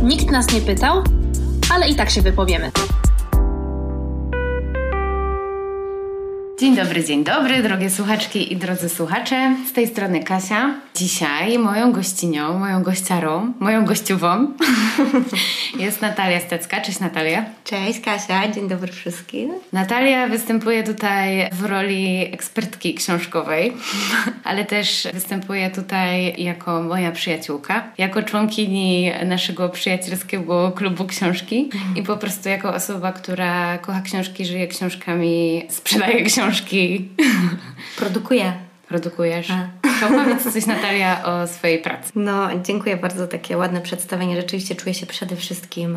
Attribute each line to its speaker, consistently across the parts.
Speaker 1: Nikt nas nie pytał, ale i tak się wypowiemy.
Speaker 2: Dzień dobry, drogie słuchaczki i drodzy słuchacze. Z tej strony Kasia. Dzisiaj moją gościnią, moją gościarą, moją gościową jest Natalia Stecka. Cześć Natalia.
Speaker 3: Cześć Kasia, dzień dobry wszystkim.
Speaker 2: Natalia występuje tutaj w roli ekspertki książkowej, ale też występuje tutaj jako moja przyjaciółka, jako członkini naszego przyjacielskiego klubu książki i po prostu jako osoba, która kocha książki, żyje książkami, sprzedaje książki. Produkujesz. To powiedz coś, Natalia, o swojej pracy.
Speaker 3: No, dziękuję bardzo za takie ładne przedstawienie. Rzeczywiście czuję się przede wszystkim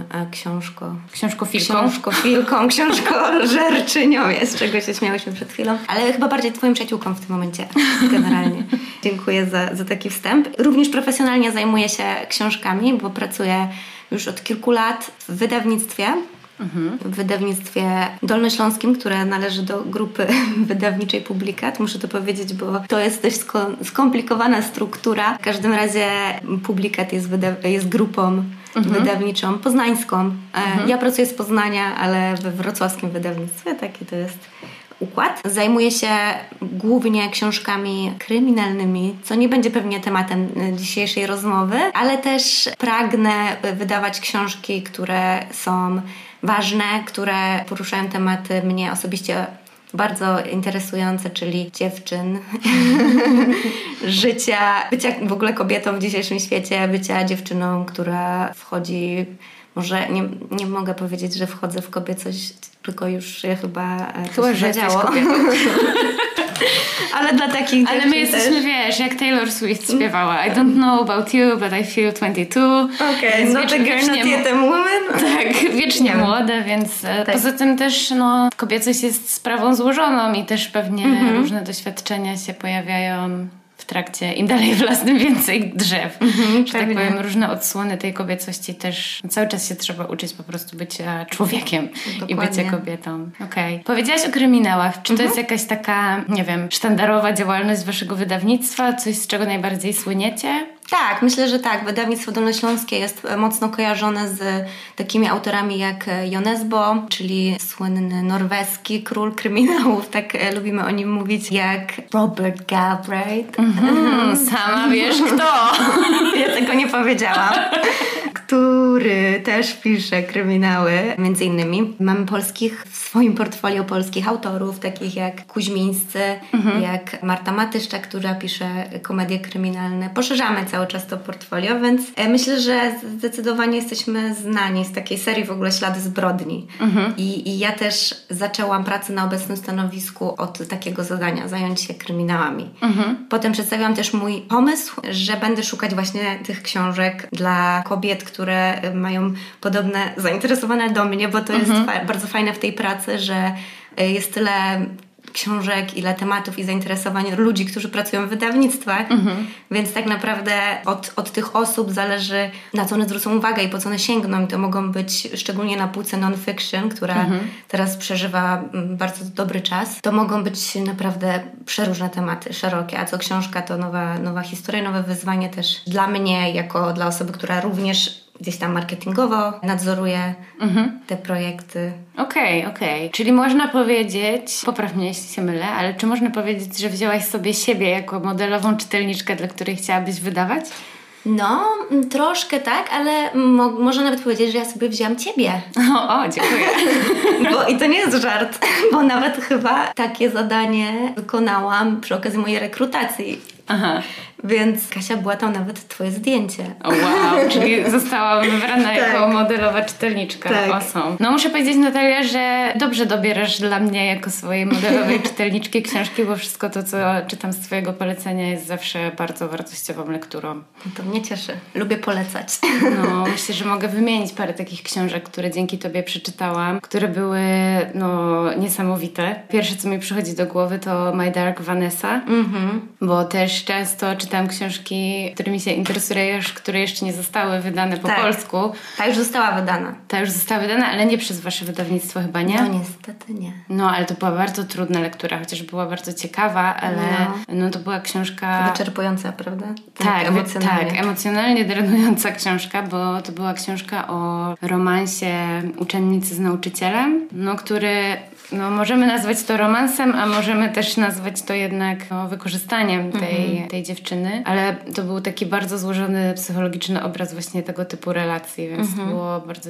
Speaker 3: książkofilką, książkożerczynią, z czego się śmiałyśmy przed chwilą, ale chyba bardziej twoją przyjaciółką w tym momencie generalnie. Dziękuję za taki wstęp. Również profesjonalnie zajmuję się książkami, bo pracuję już od kilku lat w wydawnictwie. W wydawnictwie dolnośląskim, które należy do grupy wydawniczej Publikat. Muszę to powiedzieć, bo to jest dość skomplikowana struktura. W każdym razie Publikat jest grupą wydawniczą poznańską. Ja pracuję z Poznania, ale we wrocławskim wydawnictwie. Taki to jest układ. Zajmuję się głównie książkami kryminalnymi, co nie będzie pewnie tematem dzisiejszej rozmowy, ale też pragnę wydawać książki, które są ważne, które poruszają tematy mnie osobiście bardzo interesujące, czyli dziewczyn, życia, bycia w ogóle kobietą w dzisiejszym świecie, bycia dziewczyną, która wchodzi, może nie mogę powiedzieć, że wchodzę w kobiecość, tylko już się chyba
Speaker 2: że jesteś kobietą.
Speaker 3: Ale dla takich
Speaker 2: ale my jesteśmy, wiesz, jak Taylor Swift śpiewała I don't know about you, but I feel 22.
Speaker 3: Okej, not a girl, not yet a woman.
Speaker 2: Tak, wiecznie młode, więc tak. Poza tym też kobiecość jest sprawą złożoną i też pewnie różne doświadczenia się pojawiają w trakcie, im dalej w las, tym więcej drzew. Że tak powiem, różne odsłony tej kobiecości też cały czas się trzeba uczyć po prostu bycia człowiekiem. Dokładnie. I bycia kobietą. Okej. Powiedziałaś o kryminałach. Czy to jest jakaś taka, nie wiem, sztandarowa działalność waszego wydawnictwa? Coś, z czego najbardziej słyniecie?
Speaker 3: Tak, myślę, że tak. Wydawnictwo dolnośląskie jest mocno kojarzone z takimi autorami jak Jon Esbo, czyli słynny norweski król kryminałów, tak lubimy o nim mówić, jak Robert Galbraith.
Speaker 2: Sama wiesz kto.
Speaker 3: Ja tego nie powiedziałam. Który też pisze kryminały, między innymi. Mamy w swoim portfolio polskich autorów, takich jak Kuźmińscy, jak Marta Matyszczak, która pisze komedie kryminalne. Poszerzamy cały czas to portfolio, więc myślę, że zdecydowanie jesteśmy znani z takiej serii w ogóle Ślady zbrodni. I ja też zaczęłam pracę na obecnym stanowisku od takiego zadania, zająć się kryminałami. Potem przedstawiłam też mój pomysł, że będę szukać właśnie tych książek dla kobiet, które mają podobne zainteresowania do mnie, bo to jest bardzo fajne w tej pracy, że jest tyle książek, ile tematów i zainteresowań ludzi, którzy pracują w wydawnictwach, więc tak naprawdę od tych osób zależy, na co one zwrócą uwagę i po co one sięgną. I to mogą być, szczególnie na półce non-fiction, która teraz przeżywa bardzo dobry czas, to mogą być naprawdę przeróżne tematy, szerokie, a co książka to nowa historia, nowe wyzwanie też dla mnie, jako dla osoby, która również gdzieś tam marketingowo nadzoruje te projekty.
Speaker 2: Okej. Czyli można powiedzieć, popraw mnie jeśli się mylę, ale czy można powiedzieć, że wzięłaś sobie siebie jako modelową czytelniczkę, dla której chciałabyś wydawać?
Speaker 3: No, troszkę tak, ale można nawet powiedzieć, że ja sobie wzięłam ciebie.
Speaker 2: Dziękuję.
Speaker 3: I to nie jest żart, bo nawet chyba takie zadanie wykonałam przy okazji mojej rekrutacji. Więc Kasia, była tam nawet twoje zdjęcie.
Speaker 2: Wow, czyli zostałam wybrana jako modelowa czytelniczka.
Speaker 3: Tak.
Speaker 2: Awesome. No muszę powiedzieć, Natalia, że dobrze dobierasz dla mnie jako swojej modelowej czytelniczki książki, bo wszystko to, co czytam z twojego polecenia, jest zawsze bardzo wartościową lekturą.
Speaker 3: To mnie cieszy. Lubię polecać.
Speaker 2: No, myślę, że mogę wymienić parę takich książek, które dzięki tobie przeczytałam, które były niesamowite. Pierwsze, co mi przychodzi do głowy, to My Dark Vanessa, bo też często czytałam książki, którymi się interesujesz, które jeszcze nie zostały wydane po polsku.
Speaker 3: Ta już została wydana.
Speaker 2: Ta już została wydana, ale nie przez wasze wydawnictwo chyba, nie?
Speaker 3: No niestety nie.
Speaker 2: No, ale to była bardzo trudna lektura, chociaż była bardzo ciekawa, ale no to była książka...
Speaker 3: Wyczerpująca, prawda?
Speaker 2: Tak, emocjonalnie drenująca książka, bo to była książka o romansie uczennicy z nauczycielem, no który... No, możemy nazwać to romansem, a możemy też nazwać to jednak wykorzystaniem tej dziewczyny, ale to był taki bardzo złożony psychologiczny obraz właśnie tego typu relacji, więc to było bardzo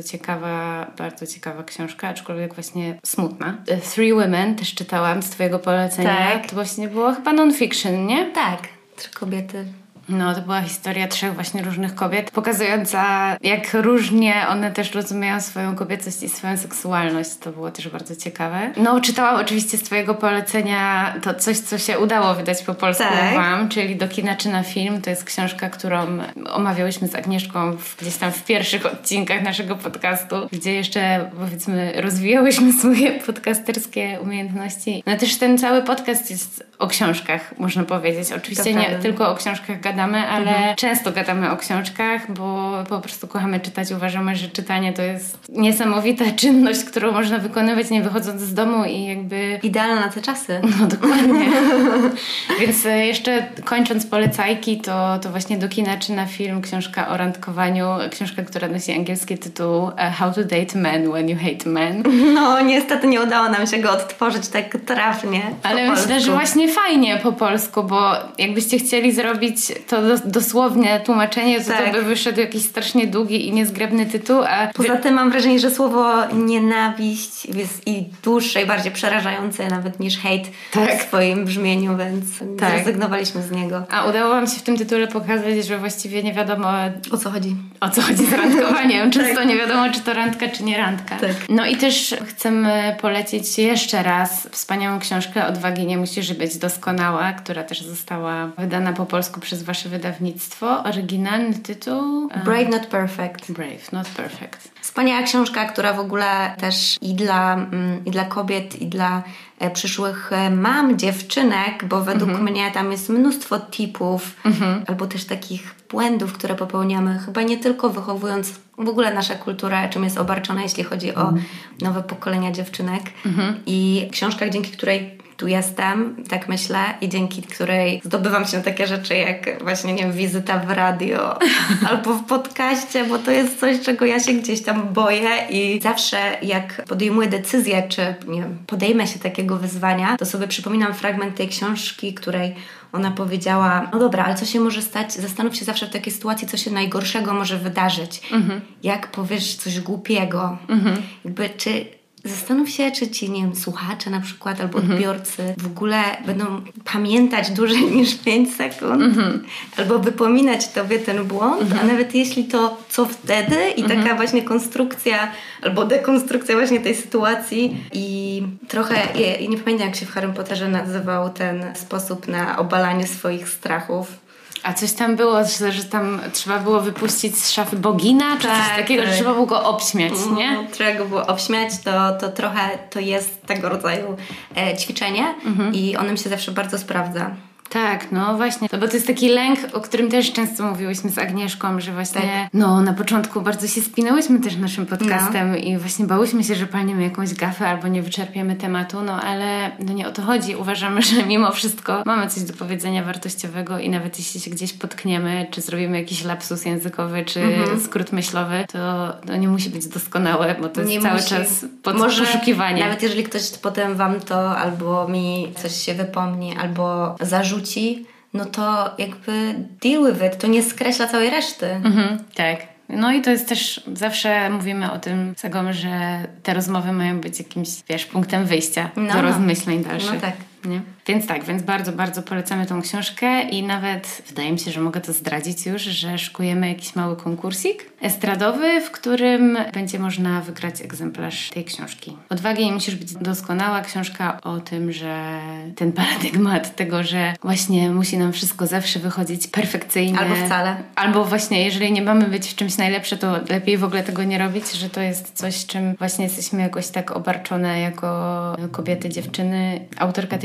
Speaker 2: ciekawa książka, aczkolwiek właśnie smutna. The Three Women też czytałam z twojego polecenia. Tak. To właśnie było chyba non-fiction, nie?
Speaker 3: Tak. 3 kobiety.
Speaker 2: No, to była historia 3 właśnie różnych kobiet, pokazująca, jak różnie one też rozumieją swoją kobiecość i swoją seksualność. To było też bardzo ciekawe. No, czytałam oczywiście z twojego polecenia to coś, co się udało wydać po polsku wam, czyli Do kina czy na film. To jest książka, którą omawiałyśmy z Agnieszką gdzieś tam w pierwszych odcinkach naszego podcastu, gdzie jeszcze, powiedzmy, rozwijałyśmy swoje podcasterskie umiejętności. No też ten cały podcast jest o książkach, można powiedzieć. Oczywiście nie tylko o książkach gadamy, ale często gadamy o książkach, bo po prostu kochamy czytać. Uważamy, że czytanie to jest niesamowita czynność, którą można wykonywać nie wychodząc z domu i jakby...
Speaker 3: Idealna na te czasy.
Speaker 2: No dokładnie. Więc jeszcze kończąc polecajki, to właśnie Do kina czy na film książka o randkowaniu, książka, która nosi angielski tytuł How to date men when you hate men.
Speaker 3: No niestety nie udało nam się go odtworzyć tak trafnie.
Speaker 2: Ale myślę, że właśnie fajnie po polsku, bo jakbyście chcieli zrobić to dosłownie tłumaczenie, to by wyszedł jakiś strasznie długi i niezgrabny tytuł.
Speaker 3: Poza tym mam wrażenie, że słowo nienawiść jest i dłuższe i bardziej przerażające nawet niż hejt w swoim brzmieniu, więc zrezygnowaliśmy z niego.
Speaker 2: A udało wam się w tym tytule pokazać, że właściwie nie wiadomo
Speaker 3: o co chodzi.
Speaker 2: O co chodzi z randkowaniem. Często nie wiadomo, czy to randka, czy nie randka.
Speaker 3: Tak.
Speaker 2: No i też chcemy polecić jeszcze raz wspaniałą książkę Odwagi nie musisz być doskonała, która też została wydana po polsku przez wasze wydawnictwo. Oryginalny tytuł?
Speaker 3: Brave Not Perfect.
Speaker 2: Brave Not Perfect.
Speaker 3: Wspaniała książka, która w ogóle też i dla kobiet, i dla przyszłych mam, dziewczynek, bo według mnie tam jest mnóstwo tipów albo też takich błędów, które popełniamy, chyba nie tylko wychowując w ogóle nasza kultura, czym jest obarczona, jeśli chodzi o nowe pokolenia dziewczynek. I książka, dzięki której tu jestem, tak myślę, i dzięki której zdobywam się na takie rzeczy jak właśnie, nie wiem, wizyta w radio albo w podcaście, bo to jest coś, czego ja się gdzieś tam boję i zawsze jak podejmuję decyzję, czy nie wiem, podejmę się takiego wyzwania, to sobie przypominam fragment tej książki, której ona powiedziała, no dobra, ale co się może stać? Zastanów się zawsze w takiej sytuacji, co się najgorszego może wydarzyć. Jak powiesz coś głupiego. Jakby, zastanów się, czy ci, nie wiem, słuchacze na przykład albo odbiorcy w ogóle będą pamiętać dłużej niż 5 sekund albo wypominać tobie ten błąd, a nawet jeśli to, co wtedy i taka właśnie konstrukcja albo dekonstrukcja właśnie tej sytuacji i trochę, nie pamiętam jak się w Harrym Potterze nazywał ten sposób na obalanie swoich strachów.
Speaker 2: A coś tam było, że tam trzeba było wypuścić z szafy bogina, czy coś takiego, że trzeba było go obśmiać, nie?
Speaker 3: Trzeba go było obśmiać, to trochę to jest tego rodzaju ćwiczenie i ono mi się zawsze bardzo sprawdza.
Speaker 2: Tak, no właśnie, bo to jest taki lęk, o którym też często mówiłyśmy z Agnieszką, że właśnie no na początku bardzo się spinałyśmy też naszym podcastem i właśnie bałyśmy się, że palniemy jakąś gafę albo nie wyczerpiemy tematu, no ale no nie o to chodzi. Uważamy, że mimo wszystko mamy coś do powiedzenia wartościowego i nawet jeśli się gdzieś potkniemy, czy zrobimy jakiś lapsus językowy, czy skrót myślowy, to nie musi być doskonałe, bo to jest nie cały czas poszukiwanie.
Speaker 3: Nawet jeżeli ktoś potem wam to albo mi coś się wypomni, albo zarzuci, no to jakby deal with it, to nie skreśla całej reszty.
Speaker 2: Tak. No i to jest też, zawsze mówimy o tym, że te rozmowy mają być jakimś, punktem wyjścia do rozmyśleń dalszych.
Speaker 3: No tak.
Speaker 2: Nie? Więc bardzo, bardzo polecamy tą książkę i nawet wydaje mi się, że mogę to zdradzić już, że szykujemy jakiś mały konkursik estradowy, w którym będzie można wygrać egzemplarz tej książki. Odwagi nie musisz być doskonała. Książka o tym, że ten paradygmat tego, że właśnie musi nam wszystko zawsze wychodzić perfekcyjnie.
Speaker 3: Albo wcale.
Speaker 2: Albo właśnie, jeżeli nie mamy być w czymś najlepsze, to lepiej w ogóle tego nie robić, że to jest coś, czym właśnie jesteśmy jakoś tak obarczone jako kobiety, dziewczyny. Autorka tej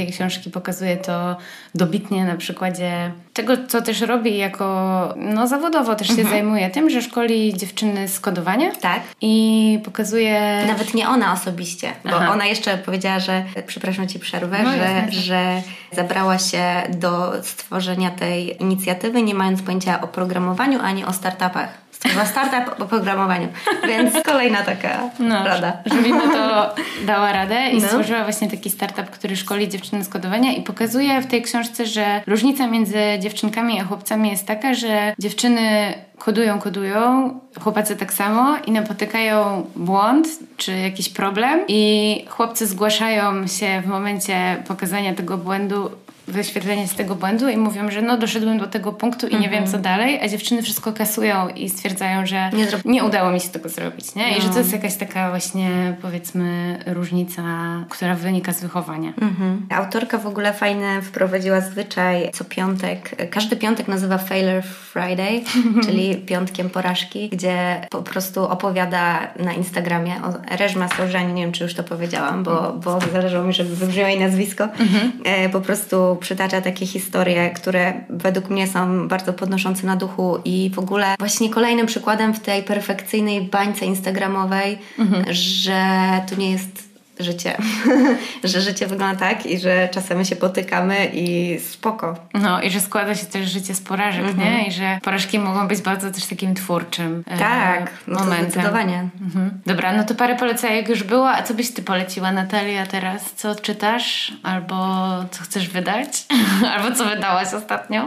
Speaker 2: tej książki pokazuje to dobitnie na przykładzie tego, co też robi jako, zawodowo też się zajmuje tym, że szkoli dziewczyny z kodowania.
Speaker 3: Tak.
Speaker 2: I pokazuje...
Speaker 3: Nawet nie ona osobiście, bo ona jeszcze powiedziała, że, przepraszam Ci przerwę, że zabrała się do stworzenia tej inicjatywy, nie mając pojęcia o programowaniu, ani o startupach. Stworzyła startup o programowaniu, więc kolejna taka rada.
Speaker 2: Że mimo to dała radę i stworzyła właśnie taki startup, który szkoli dziewczyny z kodowania i pokazuje w tej książce, że różnica między dziewczynkami a chłopcami jest taka, że dziewczyny kodują, chłopacy tak samo i napotykają błąd czy jakiś problem i chłopcy zgłaszają się w momencie pokazania tego błędu, wyświetlenia z tego błędu i mówią, że doszedłem do tego punktu i nie wiem co dalej, a dziewczyny wszystko kasują i stwierdzają, że nie udało mi się tego zrobić, nie? I że to jest jakaś taka właśnie, powiedzmy, różnica, która wynika z wychowania.
Speaker 3: Autorka w ogóle fajnie wprowadziła zwyczaj co piątek. Każdy piątek nazywa Failure Friday, czyli piątkiem porażki, gdzie po prostu opowiada na Instagramie o Reżma Sołżani, nie wiem, czy już to powiedziałam, bo zależało mi, żeby wybrzmiało jej nazwisko. Po prostu przytacza takie historie, które według mnie są bardzo podnoszące na duchu i w ogóle właśnie kolejnym przykładem w tej perfekcyjnej bańce instagramowej, że to nie jest życie. Że życie wygląda tak i że czasami się potykamy i spoko.
Speaker 2: I że składa się też życie z porażek, nie? I że porażki mogą być bardzo też takim twórczym momentem.
Speaker 3: To zdecydowanie.
Speaker 2: Dobra, to parę polecajek już było. A co byś Ty poleciła, Natalia, teraz? Co czytasz? Albo co chcesz wydać? Albo co wydałaś ostatnio?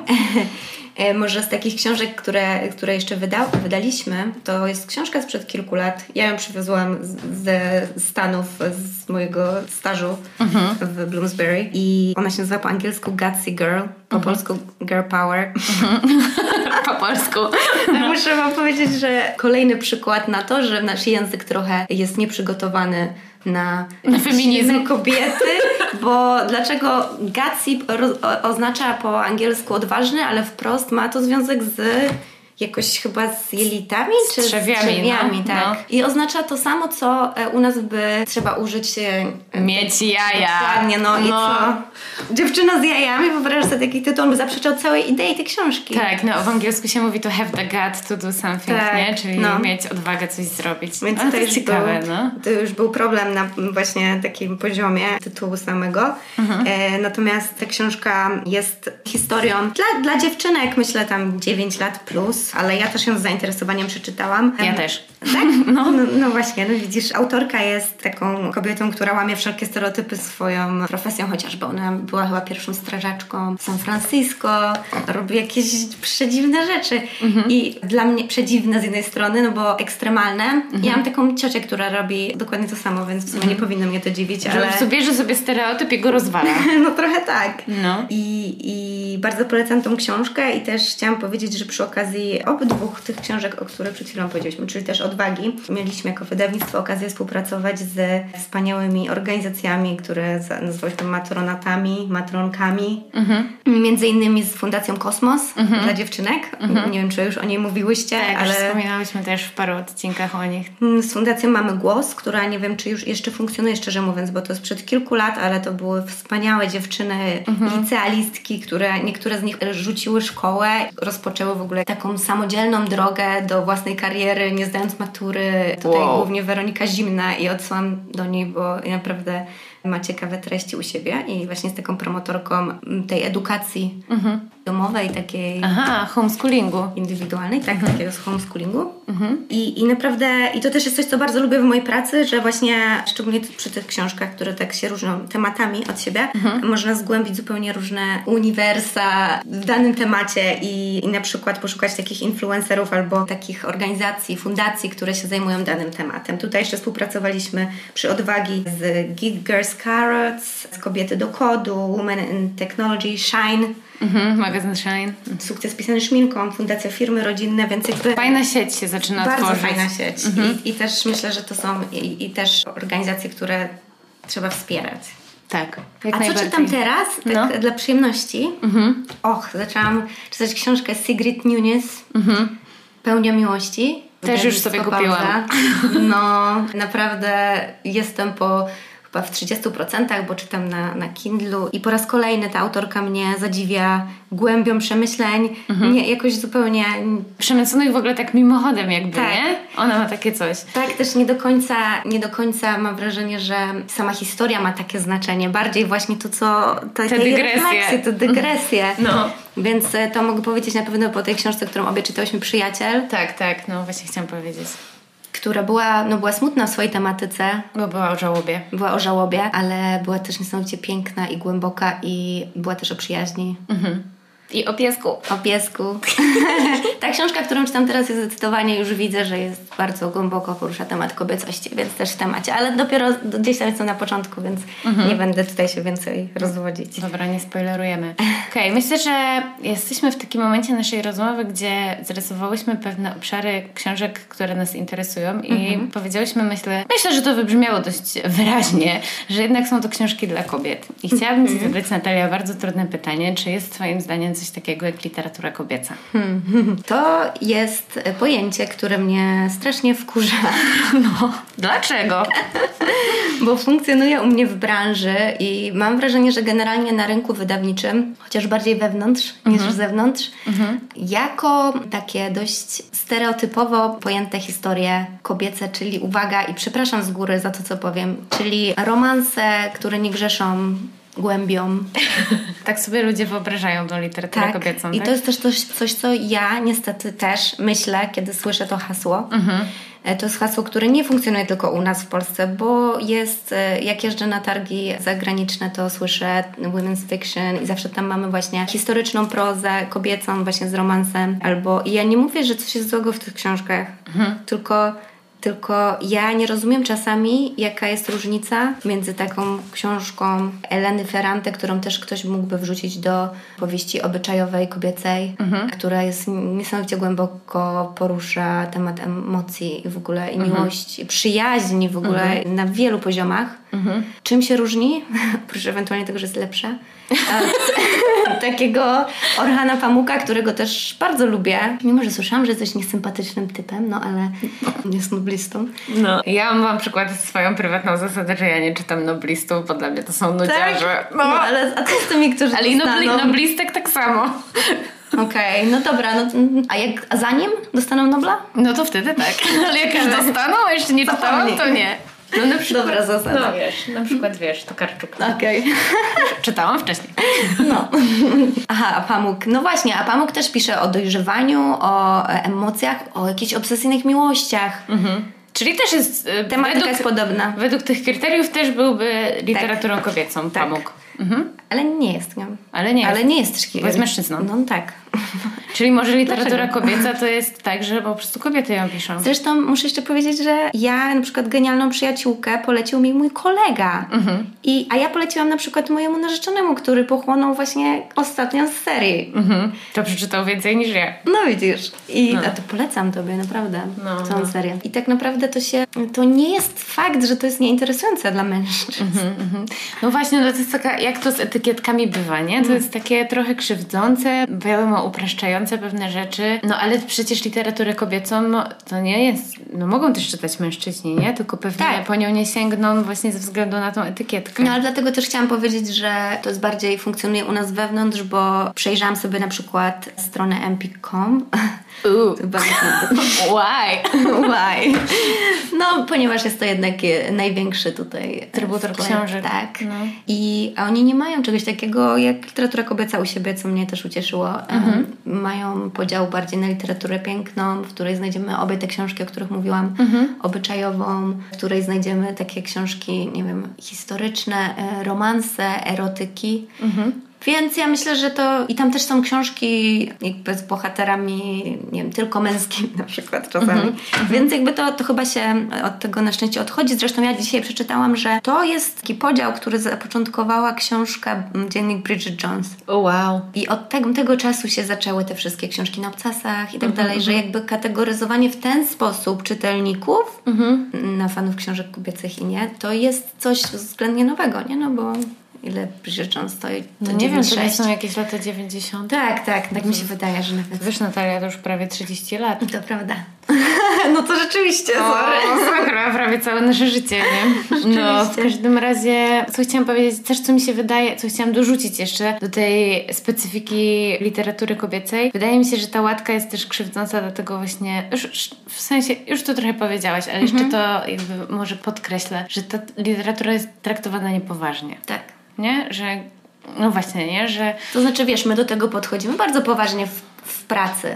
Speaker 3: Może z takich książek, które jeszcze wydaliśmy, to jest książka sprzed kilku lat. Ja ją przywiozłam ze Stanów, z mojego stażu w Bloomsbury i ona się nazywa po angielsku Gutsy Girl, po polsku Girl Power.
Speaker 2: Po polsku.
Speaker 3: Muszę Wam powiedzieć, że kolejny przykład na to, że nasz język trochę jest nieprzygotowany na feminizm kobiety, bo dlaczego gutsy oznacza po angielsku odważny, ale wprost ma to związek z jakoś chyba z jelitami?
Speaker 2: Czy z trzewiami,
Speaker 3: tak. I oznacza to samo, co u nas by trzeba użyć
Speaker 2: mieć jaja.
Speaker 3: Dokładnie, i co? Dziewczyna z jajami, wyobrażasz sobie taki tytuł, on by zaprzeczał całej idei tej książki.
Speaker 2: Tak, w angielsku się mówi to have the gut to do something, nie? Czyli mieć odwagę coś zrobić.
Speaker 3: Więc to jest ciekawe, to już był problem na właśnie takim poziomie tytułu samego. Natomiast ta książka jest historią dla dziewczynek, myślę tam 9 lat plus, ale ja też ją z zainteresowaniem przeczytałam.
Speaker 2: Ja też.
Speaker 3: Tak? No właśnie, widzisz, autorka jest taką kobietą, która łamie wszelkie stereotypy swoją profesją, chociażby ona była chyba pierwszą strażaczką w San Francisco, robi jakieś przedziwne rzeczy i dla mnie przedziwne z jednej strony, bo ekstremalne. Ja mam taką ciocię, która robi dokładnie to samo, więc w sumie nie powinno mnie to dziwić, ale...
Speaker 2: Że bierze sobie stereotyp i go rozwala.
Speaker 3: Trochę tak. I bardzo polecam tą książkę i też chciałam powiedzieć, że przy okazji obydwu tych książek, o których przed chwilą powiedzieliśmy, czyli też Odwagi, mieliśmy jako wydawnictwo okazję współpracować z wspaniałymi organizacjami, które nazywałyśmy matronatami, matronkami. Między innymi z Fundacją Kosmos dla dziewczynek. Nie wiem, czy już o niej mówiłyście,
Speaker 2: tak,
Speaker 3: ale...
Speaker 2: wspominałyśmy też w paru odcinkach o nich.
Speaker 3: Z Fundacją Mamy Głos, która nie wiem, czy już jeszcze funkcjonuje, szczerze mówiąc, bo to jest sprzed kilku lat, ale to były wspaniałe dziewczyny, licealistki, które niektóre z nich rzuciły szkołę, rozpoczęły w ogóle taką samodzielną drogę do własnej kariery, nie zdając matury. Tutaj głównie Weronika Zimna i odsyłam do niej, bo naprawdę ma ciekawe treści u siebie i właśnie z taką promotorką tej edukacji domowej, takiej...
Speaker 2: homeschoolingu.
Speaker 3: Indywidualnej, tak, takiego z homeschoolingu. I naprawdę, i to też jest coś, co bardzo lubię w mojej pracy, że właśnie, szczególnie przy tych książkach, które tak się różnią tematami od siebie, można zgłębić zupełnie różne uniwersa w danym temacie i na przykład poszukać takich influencerów albo takich organizacji, fundacji, które się zajmują danym tematem. Tutaj jeszcze współpracowaliśmy przy Odwagi z Geek Girls Carrots, z Kobiety do Kodu, Women in Technology, Shine.
Speaker 2: Magazyn Shine.
Speaker 3: Sukces pisany szminką, Fundacja Firmy Rodzinne, więc jakby...
Speaker 2: Fajna sieć się zaczyna
Speaker 3: bardzo
Speaker 2: tworzyć.
Speaker 3: Bardzo fajna sieć. I też myślę, że to są i też organizacje, które trzeba wspierać.
Speaker 2: Tak.
Speaker 3: A co czytam teraz? Tak dla przyjemności. Zaczęłam czytać książkę Sigrid Nunes. Pełnia miłości.
Speaker 2: Też już sobie kupiłam.
Speaker 3: Naprawdę jestem po chyba w 30%, bo czytam na Kindlu i po raz kolejny ta autorka mnie zadziwia głębią przemyśleń, nie, jakoś zupełnie...
Speaker 2: Przemyconych w ogóle tak mimochodem jakby,
Speaker 3: tak.
Speaker 2: Nie? Ona ma takie coś.
Speaker 3: Tak, też nie do końca mam wrażenie, że sama historia ma takie znaczenie. Bardziej właśnie to, co...
Speaker 2: Te dygresje.
Speaker 3: Te dygresje.
Speaker 2: No.
Speaker 3: Więc to mogę powiedzieć na pewno po tej książce, którą obie czytałyśmy, Przyjaciel.
Speaker 2: Tak, no właśnie chciałam powiedzieć.
Speaker 3: Która była smutna w swojej tematyce.
Speaker 2: Bo była o żałobie.
Speaker 3: Była o żałobie, ale była też niesamowicie piękna i głęboka i była też o przyjaźni.
Speaker 2: I o piesku.
Speaker 3: O piesku. Ta książka, którą czytam teraz, jest zdecydowanie, już widzę, że jest bardzo głęboko porusza temat kobiecości, więc też w temacie. Ale dopiero gdzieś tam jestem na początku, więc nie będę tutaj się więcej rozwodzić.
Speaker 2: Dobra, nie spoilerujemy. Okej, myślę, że jesteśmy w takim momencie naszej rozmowy, gdzie zarysowałyśmy pewne obszary książek, które nas interesują i powiedziałyśmy, myślę, że to wybrzmiało dość wyraźnie, że jednak są to książki dla kobiet. I chciałabym Ci zadać, Natalia, bardzo trudne pytanie, czy jest Twoim zdaniem coś takiego jak literatura kobieca?
Speaker 3: To jest pojęcie, które mnie strasznie wkurza.
Speaker 2: No, dlaczego?
Speaker 3: Bo funkcjonuje u mnie w branży i mam wrażenie, że generalnie na rynku wydawniczym, chociaż bardziej wewnątrz niż z zewnątrz, jako takie dość stereotypowo pojęte historie kobiece, czyli uwaga i przepraszam z góry za to, co powiem, czyli romanse, które nie grzeszą głębią.
Speaker 2: Tak sobie ludzie wyobrażają tą literaturę kobiecą,
Speaker 3: I to jest też coś, co ja niestety też myślę, kiedy słyszę to hasło. To jest hasło, które nie funkcjonuje tylko u nas w Polsce, bo jest, jak jeżdżę na targi zagraniczne, to słyszę women's fiction i zawsze tam mamy właśnie historyczną prozę kobiecą właśnie z romansem. I ja nie mówię, że coś jest złego w tych książkach, tylko ja nie rozumiem czasami, jaka jest różnica między taką książką Eleny Ferrante, którą też ktoś mógłby wrzucić do powieści obyczajowej, kobiecej, która jest niesamowicie głęboko porusza temat emocji i w ogóle i miłości, przyjaźni w ogóle na wielu poziomach. Czym się różni? Oprócz ewentualnie tego, że jest lepsza. Takiego Orhana Pamuka, którego też bardzo lubię. Mimo, że słyszałam, że jesteś niesympatycznym typem, no ale jest noblistą.
Speaker 2: No. Ja mam przykład swoją prywatną zasadę, że ja nie czytam noblistów, bo dla mnie to są nudziarze.
Speaker 3: Tak? No ale a to z tymi, którzy
Speaker 2: ale i noblistek tak samo.
Speaker 3: Okej, no dobra. A zanim dostaną Nobla?
Speaker 2: No to wtedy tak. Ale jak już dostaną, a jeszcze nie czytałam, to nie. No na przykład,
Speaker 3: dobra zasada.
Speaker 2: No wiesz, na przykład Tokarczuk.
Speaker 3: Okej.
Speaker 2: Czytałam wcześniej.
Speaker 3: No. Aha, a Pamuk. No właśnie, a Pamuk też pisze o dojrzewaniu, o emocjach, o jakichś obsesyjnych miłościach.
Speaker 2: Czyli też jest...
Speaker 3: Tematyka jest podobna.
Speaker 2: Według tych kryteriów też byłby literaturą kobiecą, Pamuk.
Speaker 3: Ale nie jest nią.
Speaker 2: Ale nie jest
Speaker 3: też
Speaker 2: bo jest mężczyzną.
Speaker 3: No tak.
Speaker 2: Czyli może literatura kobieca to jest tak, że po prostu kobiety ją piszą.
Speaker 3: Zresztą muszę jeszcze powiedzieć, że ja na przykład Genialną przyjaciółkę polecił mi mój kolega. A ja poleciłam na przykład mojemu narzeczonemu, który pochłonął właśnie ostatnią z serii.
Speaker 2: To przeczytał więcej niż ja.
Speaker 3: No widzisz. A to polecam tobie, naprawdę. Całą serię. I tak naprawdę to nie jest fakt, że to jest nieinteresujące dla mężczyzn.
Speaker 2: No właśnie, no to jest taka, jak to z etykietkami bywa, nie? To jest takie trochę krzywdzące, wiadomo, upraszczające pewne rzeczy. No ale przecież literaturę kobiecą to nie jest... No mogą też czytać mężczyźni, nie? Tylko pewnie po nią nie sięgną właśnie ze względu na tą etykietkę.
Speaker 3: No ale dlatego też chciałam powiedzieć, że to jest bardziej funkcjonuje u nas wewnątrz, bo przejrzałam sobie na przykład stronę empik.com. Why? No, ponieważ jest to jednak największy tutaj
Speaker 2: trybutor książek.
Speaker 3: Tak. No. A oni nie mają czegoś takiego jak literatura kobieca u siebie, co mnie też ucieszyło. Mają podział bardziej na literaturę piękną, w której znajdziemy obie te książki, o których mówiłam, obyczajową, w której znajdziemy takie książki, nie wiem, historyczne, romanse, erotyki. Więc ja myślę, że to... I tam też są książki jakby z bohaterami, nie wiem, tylko męskimi na przykład czasami. Więc jakby to chyba się od tego na szczęście odchodzi. Zresztą ja dzisiaj przeczytałam, że to jest taki podział, który zapoczątkowała książka Dziennik Bridget Jones.
Speaker 2: Wow.
Speaker 3: I od tego czasu się zaczęły te wszystkie książki na obcasach i tak dalej, że jakby kategoryzowanie w ten sposób czytelników na fanów książek kobiecych i nie, to jest coś względnie nowego, nie? No bo... Ile Bridget Jones stoi?
Speaker 2: No nie wiem, to nie są jakieś lata 90.
Speaker 3: Tak mi się wydaje, że nawet...
Speaker 2: Wiesz, Natalia, to już prawie 30 lat.
Speaker 3: To prawda. No to rzeczywiście, sorry.
Speaker 2: Prawie całe nasze życie, nie? No, w każdym razie, co chciałam powiedzieć, też co mi się wydaje, co chciałam dorzucić jeszcze do tej specyfiki literatury kobiecej. Wydaje mi się, że ta łatka jest też krzywdząca, dlatego właśnie, w sensie, już to trochę powiedziałaś, ale jeszcze to jakby może podkreślę, że ta literatura jest traktowana niepoważnie.
Speaker 3: Tak.
Speaker 2: Nie? Że, no właśnie, nie? Że...
Speaker 3: To znaczy, wiesz, my do tego podchodzimy bardzo poważnie w pracy.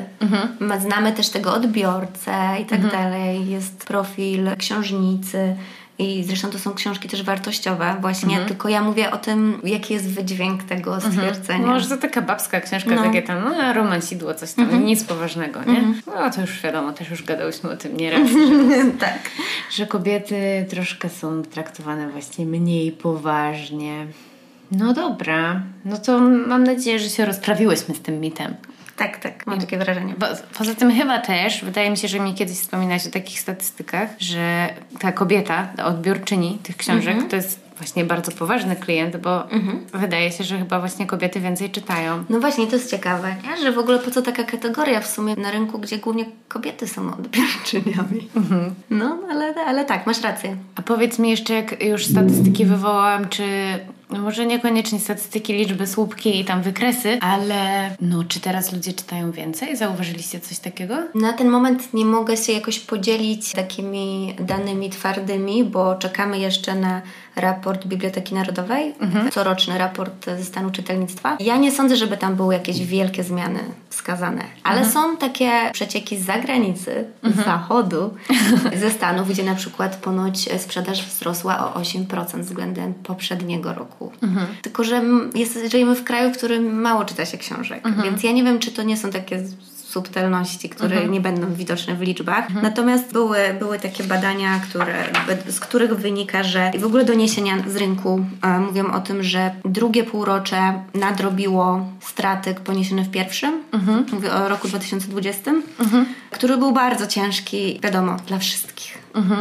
Speaker 3: Znamy też tego odbiorcę i tak dalej. Jest profil księżnicy i zresztą to są książki też wartościowe właśnie, tylko ja mówię o tym, jaki jest wydźwięk tego stwierdzenia.
Speaker 2: Może to taka babska książka, takie tam, romansidło, coś tam, nic poważnego, nie? No to już wiadomo, też już gadałyśmy o tym nieraz.
Speaker 3: Tak.
Speaker 2: Że kobiety troszkę są traktowane właśnie mniej poważnie. No dobra, no to mam nadzieję, że się rozprawiłyśmy z tym mitem.
Speaker 3: Tak, mam takie wrażenie.
Speaker 2: Poza tym chyba też, wydaje mi się, że mi kiedyś wspominałaś o takich statystykach, że ta kobieta, ta odbiorczyni tych książek, to jest właśnie bardzo poważny klient, bo wydaje się, że chyba właśnie kobiety więcej czytają.
Speaker 3: No właśnie, to jest ciekawe, nie? Że w ogóle po co taka kategoria w sumie na rynku, gdzie głównie kobiety są odbiorczyniami. No, ale tak, masz rację.
Speaker 2: A powiedz mi jeszcze, jak już statystyki wywołałam, czy... No może niekoniecznie statystyki, liczby, słupki i tam wykresy, ale no czy teraz ludzie czytają więcej? Zauważyliście coś takiego?
Speaker 3: Na ten moment nie mogę się jakoś podzielić takimi danymi twardymi, bo czekamy jeszcze na raport Biblioteki Narodowej, coroczny raport ze stanu czytelnictwa. Ja nie sądzę, żeby tam były jakieś wielkie zmiany wskazane, ale są takie przecieki z zagranicy, z zachodu, ze Stanów, gdzie na przykład ponoć sprzedaż wzrosła o 8% względem poprzedniego roku. Tylko, że żyjemy w kraju, w którym mało czyta się książek, więc ja nie wiem, czy to nie są takie subtelności, które nie będą widoczne w liczbach. Natomiast były takie badania, z których wynika, że w ogóle doniesienia z rynku mówią o tym, że drugie półrocze nadrobiło straty poniesione w pierwszym. Mówię o roku 2020, który był bardzo ciężki, wiadomo, dla wszystkich.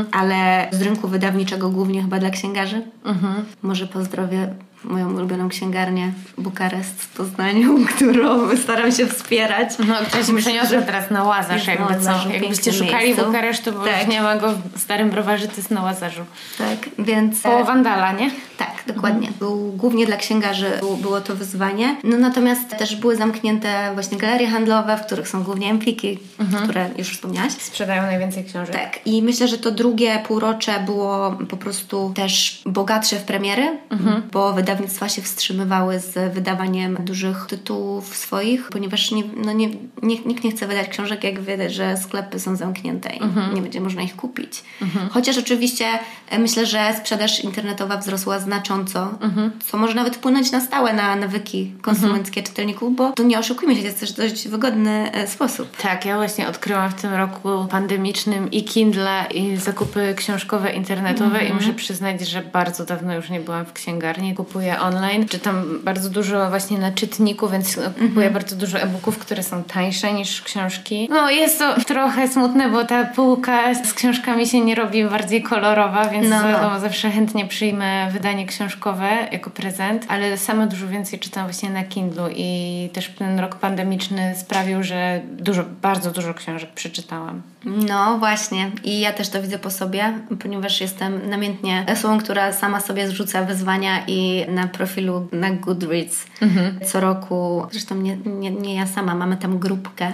Speaker 3: Ale z rynku wydawniczego głównie chyba dla księgarzy. Może pozdrowię moją ulubioną księgarnię Bukarest w Poznaniu, którą staram się wspierać.
Speaker 2: No, która się przeniosła teraz na Łazarz, jakbyście szukali Bukaresztu, bo już nie ma go w Starym Browarze, to jest na Łazarzu.
Speaker 3: Tak, więc...
Speaker 2: Koło Wandala, nie?
Speaker 3: Tak, dokładnie. Był głównie dla księgarzy było to wyzwanie. No natomiast też były zamknięte właśnie galerie handlowe, w których są głównie Empiki, które już wspomniałaś.
Speaker 2: Sprzedają najwięcej książek.
Speaker 3: Tak. I myślę, że to drugie półrocze było po prostu też bogatsze w premiery, bo wydawnictwa się wstrzymywały z wydawaniem dużych tytułów swoich, ponieważ nikt nie chce wydać książek, jak wie, że sklepy są zamknięte i nie będzie można ich kupić. Chociaż oczywiście myślę, że sprzedaż internetowa wzrosła znacząco, co może nawet wpłynąć na stałe na nawyki konsumenckie czytelników, bo to nie oszukujmy się, to jest też dość wygodny sposób.
Speaker 2: Tak, ja właśnie odkryłam w tym roku pandemicznym i Kindle, i zakupy książkowe, internetowe i muszę przyznać, że bardzo dawno już nie byłam w księgarni. Kupuję online, czytam bardzo dużo właśnie na czytniku, więc kupuję bardzo dużo e-booków, które są tańsze niż książki. No jest to trochę smutne, bo ta półka z książkami się nie robi bardziej kolorowa, więc zawsze chętnie przyjmę wydanie książkowe jako prezent, ale sama dużo więcej czytam właśnie na Kindlu i też ten rok pandemiczny sprawił, że bardzo dużo książek przeczytałam.
Speaker 3: No właśnie i ja też to widzę po sobie, ponieważ jestem namiętnie osobą, która sama sobie zrzuca wyzwania i na profilu na Goodreads co roku, zresztą nie ja sama, mamy tam grupkę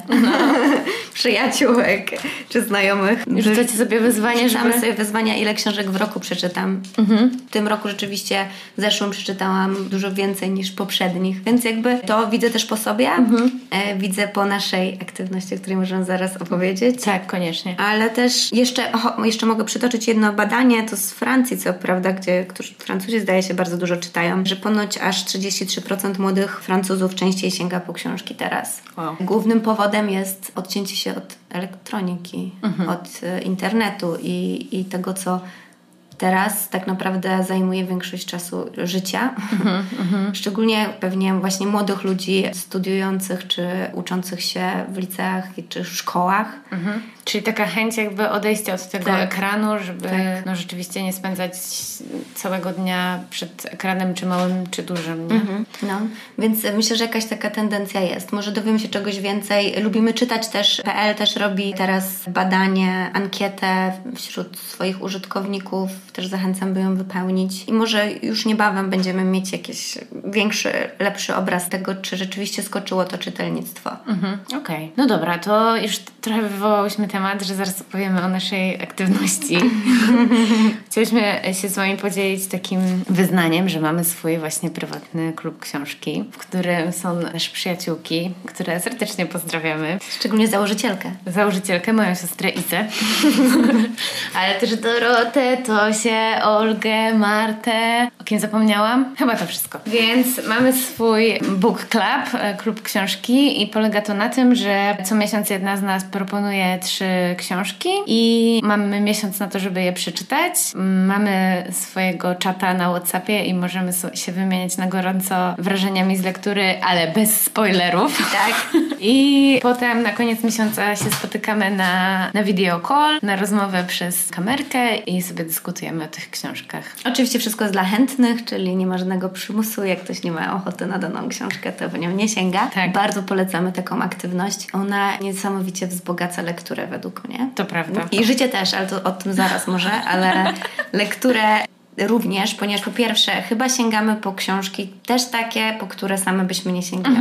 Speaker 3: przyjaciółek czy znajomych.
Speaker 2: Rzucacie sobie wyzwanie,
Speaker 3: Rzucamy sobie wyzwania, ile książek w roku przeczytam. W tym roku rzeczywiście w zeszłym przeczytałam dużo więcej niż poprzednich, więc jakby to widzę też po sobie, widzę po naszej aktywności, o której możemy zaraz opowiedzieć.
Speaker 2: Tak, koniecznie.
Speaker 3: Ale też jeszcze mogę przytoczyć jedno badanie, to z Francji, co prawda, gdzie Francuzi zdaje się bardzo dużo czytają, że ponoć aż 33% młodych Francuzów częściej sięga po książki teraz.
Speaker 2: Wow.
Speaker 3: Głównym powodem jest odcięcie się od elektroniki, od internetu i tego, co teraz tak naprawdę zajmuje większość czasu życia. Szczególnie pewnie właśnie młodych ludzi studiujących czy uczących się w liceach czy szkołach.
Speaker 2: Czyli taka chęć jakby odejścia od tego ekranu, żeby no rzeczywiście nie spędzać całego dnia przed ekranem, czy małym, czy dużym, nie?
Speaker 3: No, więc myślę, że jakaś taka tendencja jest. Może dowiemy się czegoś więcej. Lubimy czytać też. PL też robi teraz badanie, ankietę wśród swoich użytkowników. Też zachęcam, by ją wypełnić. I może już niebawem będziemy mieć jakiś większy, lepszy obraz tego, czy rzeczywiście skoczyło to czytelnictwo.
Speaker 2: Okej. No dobra, to już trochę wywołałyśmy temat, że zaraz opowiemy o naszej aktywności. Chcieliśmy się z Wami podzielić takim wyznaniem, że mamy swój właśnie prywatny klub książki, w którym są nasze przyjaciółki, które serdecznie pozdrawiamy.
Speaker 3: Szczególnie założycielkę.
Speaker 2: Założycielkę, moją siostrę Izę. Ale też Dorotę, Tosię, Olgę, Martę. O kim zapomniałam? Chyba to wszystko. Więc mamy swój book club, klub książki i polega to na tym, że co miesiąc jedna z nas proponuje 3 książki i mamy miesiąc na to, żeby je przeczytać. Mamy swojego czata na WhatsAppie i możemy się wymieniać na gorąco wrażeniami z lektury, ale bez spoilerów.
Speaker 3: Tak.
Speaker 2: I potem na koniec miesiąca się spotykamy na video call, na rozmowę przez kamerkę i sobie dyskutujemy o tych książkach.
Speaker 3: Oczywiście wszystko jest dla chętnych, czyli nie ma żadnego przymusu. Jak ktoś nie ma ochoty na daną książkę, to po nią nie sięga.
Speaker 2: Tak.
Speaker 3: Bardzo polecamy taką aktywność. Ona niesamowicie wzbogaca lekturę według mnie.
Speaker 2: To prawda.
Speaker 3: I życie też, ale to o tym zaraz może, ale lekturę również, ponieważ po pierwsze chyba sięgamy po książki też takie, po które same byśmy nie sięgały.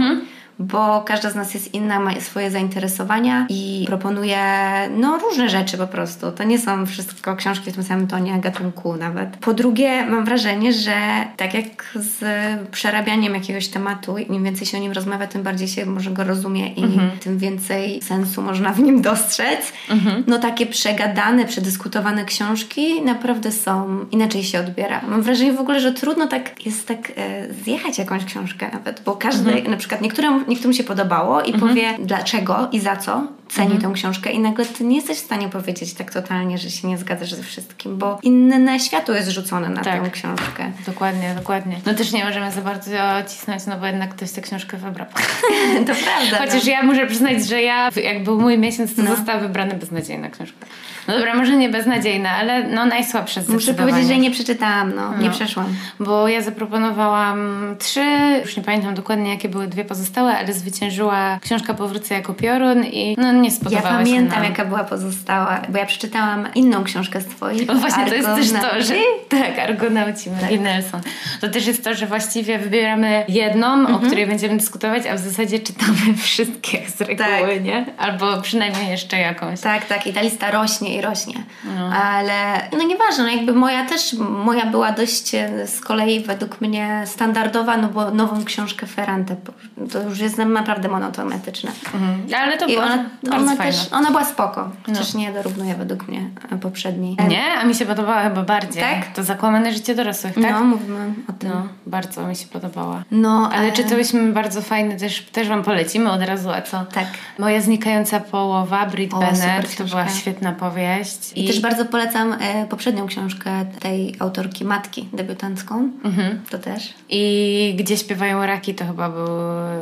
Speaker 3: Bo każda z nas jest inna, ma swoje zainteresowania i proponuje różne rzeczy po prostu. To nie są wszystko książki w tym samym tonie, gatunku nawet. Po drugie, mam wrażenie, że tak jak z przerabianiem jakiegoś tematu, im więcej się o nim rozmawia, tym bardziej się może go rozumie i tym więcej sensu można w nim dostrzec. Takie przegadane, przedyskutowane książki naprawdę są, inaczej się odbiera. Mam wrażenie w ogóle, że trudno tak jest zjechać jakąś książkę nawet, bo każdy, na przykład niektórym się podobało i powie dlaczego i za co ceni tę książkę i nagle ty nie jesteś w stanie powiedzieć tak totalnie, że się nie zgadzasz ze wszystkim, bo inne światło jest rzucone na tę książkę.
Speaker 2: Dokładnie. No też nie możemy za bardzo cisnąć, bo jednak ktoś tę książkę wybrał.
Speaker 3: To prawda.
Speaker 2: Chociaż ja muszę przyznać, że jak był mój miesiąc, to została wybrana beznadziejna książka. No dobra, może nie beznadziejna, ale najsłabsza zdecydowanie.
Speaker 3: Muszę powiedzieć, że nie przeczytałam, nie przeszłam.
Speaker 2: Bo ja zaproponowałam 3, już nie pamiętam dokładnie jakie były 2 pozostałe, ale zwyciężyła książka Powrócę jako piorun i nie spodobała się.
Speaker 3: Ja pamiętam jaka była pozostała, bo ja przeczytałam inną książkę z twoich.
Speaker 2: No właśnie to jest też to, że tak, Argonauci, Maggie Nelson. To też jest to, że właściwie wybieramy jedną, o której będziemy dyskutować, a w zasadzie czytamy wszystkie z reguły, nie? Albo przynajmniej jeszcze jakąś.
Speaker 3: Tak, i ta lista rośnie i rośnie. Ale nieważne, jakby moja była dość z kolei według mnie standardowa, bo nową książkę Ferrante to już jest naprawdę monotematyczne.
Speaker 2: Ale to była bardzo fajna.
Speaker 3: Ona była spoko. Chociaż nie dorównuje według mnie poprzedniej.
Speaker 2: Nie? A mi się podobała chyba bardziej.
Speaker 3: Tak?
Speaker 2: To Zakłamane życie dorosłych, tak?
Speaker 3: Mówimy o tym.
Speaker 2: Bardzo mi się podobała.
Speaker 3: Ale
Speaker 2: czytałyśmy bardzo fajny, też wam polecimy od razu, a co?
Speaker 3: Tak.
Speaker 2: Moja znikająca połowa, Brit Bennett, to była świetna powieść.
Speaker 3: I też bardzo polecam poprzednią książkę tej autorki Matki, debiutancką. To też.
Speaker 2: I Gdzie śpiewają raki, to chyba był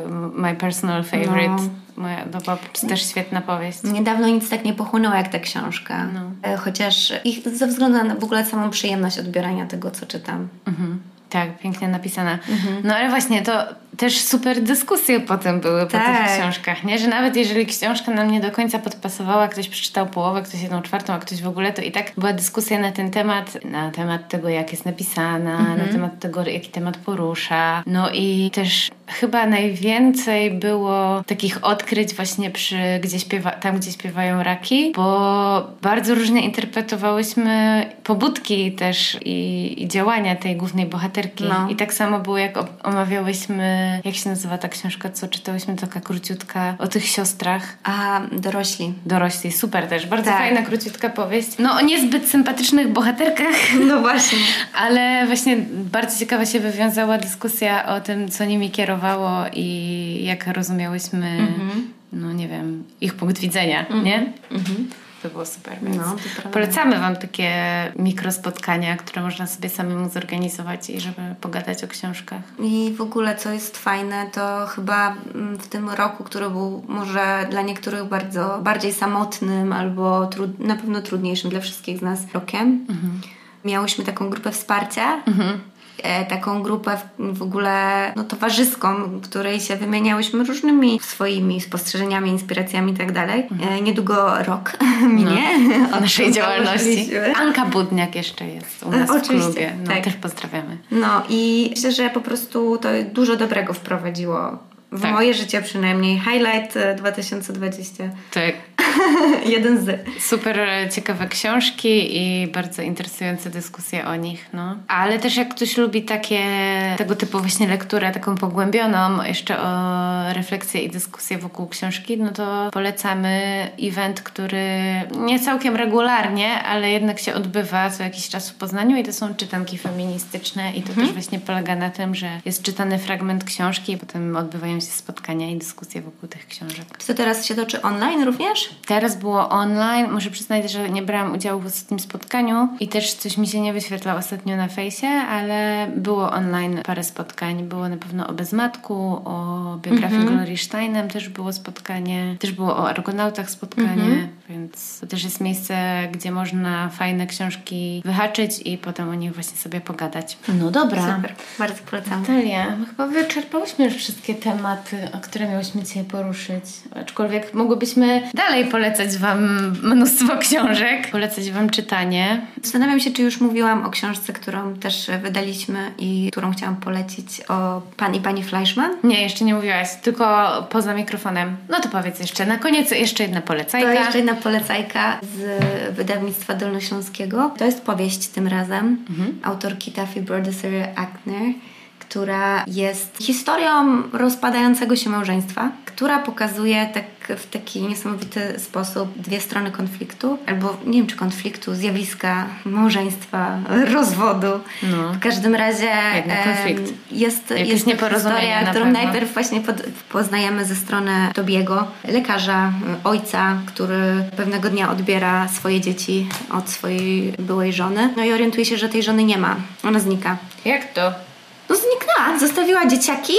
Speaker 2: my personal favorite. To była też świetna powieść.
Speaker 3: Niedawno nic tak nie pochłonęło jak ta książka. Chociaż ze względu na w ogóle samą przyjemność odbierania tego, co czytam.
Speaker 2: Tak, pięknie napisane. Ale właśnie to też super dyskusje potem były po tych książkach, nie? Że nawet jeżeli książka nam nie do końca podpasowała, ktoś przeczytał połowę, ktoś 1/4, a ktoś w ogóle, to i tak była dyskusja na ten temat, na temat tego, jak jest napisana, na temat tego, jaki temat porusza. I też chyba najwięcej było takich odkryć właśnie tam, gdzie śpiewają raki, bo bardzo różnie interpretowałyśmy pobudki też i działania tej głównej bohaterki. I tak samo było, jak omawiałyśmy, jak się nazywa ta książka, co czytałyśmy, taka króciutka o tych siostrach. Dorośli, super też. Bardzo fajna, króciutka powieść. O niezbyt sympatycznych bohaterkach.
Speaker 3: No właśnie.
Speaker 2: Ale właśnie bardzo ciekawa się wywiązała dyskusja o tym, co nimi kierowało i jak rozumiałyśmy, nie wiem, ich punkt widzenia, nie? To było super, więc
Speaker 3: to
Speaker 2: polecamy Wam takie mikrospotkania, które można sobie samemu zorganizować i żeby pogadać o książkach.
Speaker 3: I w ogóle, co jest fajne, to chyba w tym roku, który był może dla niektórych bardziej samotnym albo na pewno trudniejszym dla wszystkich z nas rokiem, miałyśmy taką grupę wsparcia, taką grupę w ogóle towarzyską, w której się wymieniałyśmy różnymi swoimi spostrzeżeniami, inspiracjami i tak dalej. Niedługo rok minie
Speaker 2: o naszej działalności. Anka Budniak jeszcze jest u nas w klubie.
Speaker 3: Tak.
Speaker 2: Też pozdrawiamy.
Speaker 3: I myślę, że po prostu to dużo dobrego wprowadziło w moje życie przynajmniej. Highlight 2020.
Speaker 2: Tak.
Speaker 3: Jeden z.
Speaker 2: Super ciekawe książki i bardzo interesujące dyskusje o nich. Ale też jak ktoś lubi tego typu właśnie lekturę, taką pogłębioną, jeszcze o refleksję i dyskusję wokół książki, to polecamy event, który nie całkiem regularnie, ale jednak się odbywa co jakiś czas w Poznaniu i to są czytanki feministyczne i to też właśnie polega na tym, że jest czytany fragment książki i potem odbywają się spotkania i dyskusje wokół tych książek.
Speaker 3: Czy to teraz się toczy online również?
Speaker 2: Teraz było online. Muszę przyznać, że nie brałam udziału w ostatnim spotkaniu i też coś mi się nie wyświetla ostatnio na fejsie, ale było online parę spotkań. Było na pewno o Bezmatku, o biografii Glorii Steinem też było spotkanie. Też było o Argonautach spotkanie, więc to też jest miejsce, gdzie można fajne książki wyhaczyć i potem o nich właśnie sobie pogadać.
Speaker 3: No dobra. Super. Bardzo polecam.
Speaker 2: Natalia, chyba wyczerpałyśmy już wszystkie tematy, o które miałyśmy dzisiaj poruszyć. Aczkolwiek mogłybyśmy dalej polecać Wam mnóstwo książek, polecać Wam czytanie.
Speaker 3: Zastanawiam się, czy już mówiłam o książce, którą też wydaliśmy i którą chciałam polecić, o Pan i Pani Fleischmann.
Speaker 2: Nie, jeszcze nie mówiłaś, tylko poza mikrofonem. No to powiedz jeszcze, na koniec jeszcze jedna polecajka.
Speaker 3: To jeszcze jedna polecajka z wydawnictwa dolnośląskiego. To jest powieść tym razem autorki Taffy Brodesser-Akner, która jest historią rozpadającego się małżeństwa, która pokazuje w taki niesamowity sposób dwie strony konfliktu, albo nie wiem czy konfliktu, zjawiska małżeństwa, rozwodu. W każdym razie
Speaker 2: konflikt.
Speaker 3: Jest historia, którą najpierw właśnie poznajemy ze strony Tobiego, lekarza, ojca, który pewnego dnia odbiera swoje dzieci od swojej byłej żony. I orientuje się, że tej żony nie ma. Ona znika.
Speaker 2: Jak to?
Speaker 3: Zniknęła, zostawiła dzieciaki,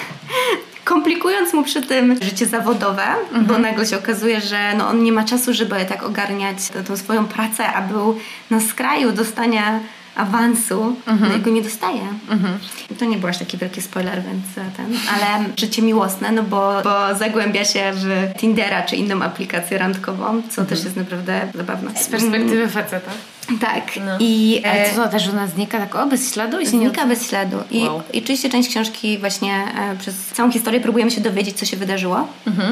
Speaker 3: komplikując mu przy tym życie zawodowe, bo nagle się okazuje, że on nie ma czasu, żeby tak ogarniać tą swoją pracę, a był na skraju dostania awansu, i go nie dostaje. To nie był aż taki wielki spoiler, więc ale życie miłosne, bo zagłębia się w Tindera czy inną aplikację randkową, co też jest naprawdę zabawne.
Speaker 2: Z perspektywy faceta.
Speaker 3: Tak.
Speaker 2: Ale co, ta żona znika tak bez śladu?
Speaker 3: Znika bez śladu. I oczywiście część książki właśnie przez całą historię próbujemy się dowiedzieć, co się wydarzyło.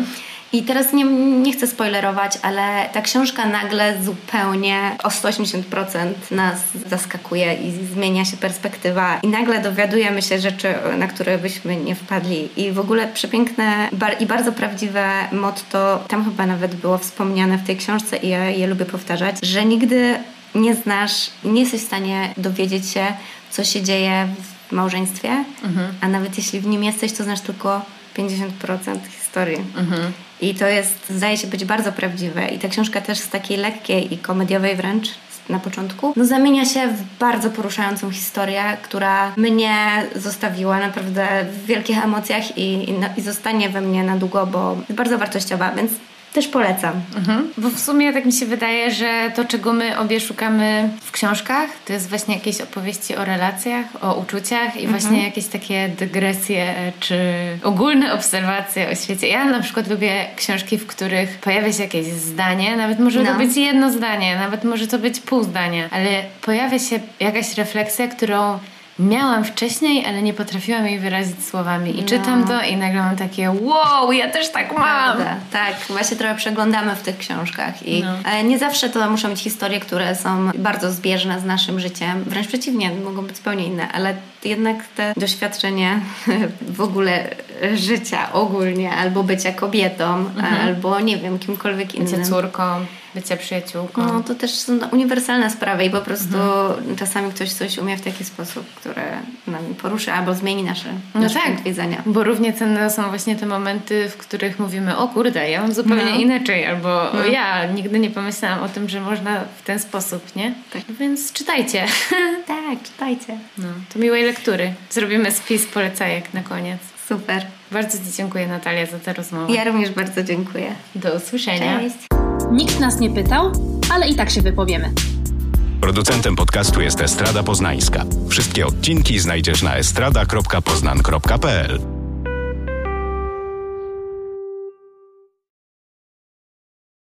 Speaker 3: I teraz nie chcę spoilerować, ale ta książka nagle zupełnie o 180% nas zaskakuje i zmienia się perspektywa. I nagle dowiadujemy się rzeczy, na które byśmy nie wpadli. I w ogóle przepiękne i bardzo prawdziwe motto, tam chyba nawet było wspomniane w tej książce i ja je lubię powtarzać, że nigdy nie znasz i nie jesteś w stanie dowiedzieć się, co się dzieje w małżeństwie, a nawet jeśli w nim jesteś, to znasz tylko 50% historii. I to zdaje się być bardzo prawdziwe. I ta książka też z takiej lekkiej i komediowej wręcz na początku zamienia się w bardzo poruszającą historię, która mnie zostawiła naprawdę w wielkich emocjach i zostanie we mnie na długo, bo jest bardzo wartościowa, więc też polecam.
Speaker 2: Bo w sumie tak mi się wydaje, że to, czego my obie szukamy w książkach, to jest właśnie jakieś opowieści o relacjach, o uczuciach i właśnie jakieś takie dygresje czy ogólne obserwacje o świecie. Ja na przykład lubię książki, w których pojawia się jakieś zdanie, nawet może to być jedno zdanie, nawet może to być pół zdania, ale pojawia się jakaś refleksja, którą miałam wcześniej, ale nie potrafiłam jej wyrazić słowami. I czytam to i nagle mam takie wow, ja też tak mam.
Speaker 3: Prawda. Tak, właśnie trochę przeglądamy w tych książkach. Ale nie zawsze to muszą być historie, które są bardzo zbieżne z naszym życiem. Wręcz przeciwnie, mogą być zupełnie inne, ale jednak te doświadczenie w ogóle życia ogólnie, albo bycia kobietą, albo nie wiem, kimkolwiek innym.
Speaker 2: Bycia córką, bycia przyjaciółką.
Speaker 3: No to też są uniwersalne sprawy i po prostu czasami ktoś coś umie w taki sposób, który nam poruszy albo zmieni nasz punkt widzenia.
Speaker 2: Bo równie cenne są właśnie te momenty, w których mówimy, o kurde, ja mam zupełnie inaczej, albo ja nigdy nie pomyślałam o tym, że można w ten sposób, nie?
Speaker 3: Tak.
Speaker 2: Więc czytajcie.
Speaker 3: Tak, czytajcie.
Speaker 2: No, to miłej lektury. Zrobimy spis polecajek na koniec.
Speaker 3: Super.
Speaker 2: Bardzo Ci dziękuję, Natalia, za tę rozmowę.
Speaker 3: Ja również bardzo dziękuję.
Speaker 2: Do usłyszenia.
Speaker 3: Cześć.
Speaker 1: Nikt nas nie pytał, ale i tak się wypowiemy.
Speaker 4: Producentem podcastu jest Estrada Poznańska. Wszystkie odcinki znajdziesz na estrada.poznan.pl.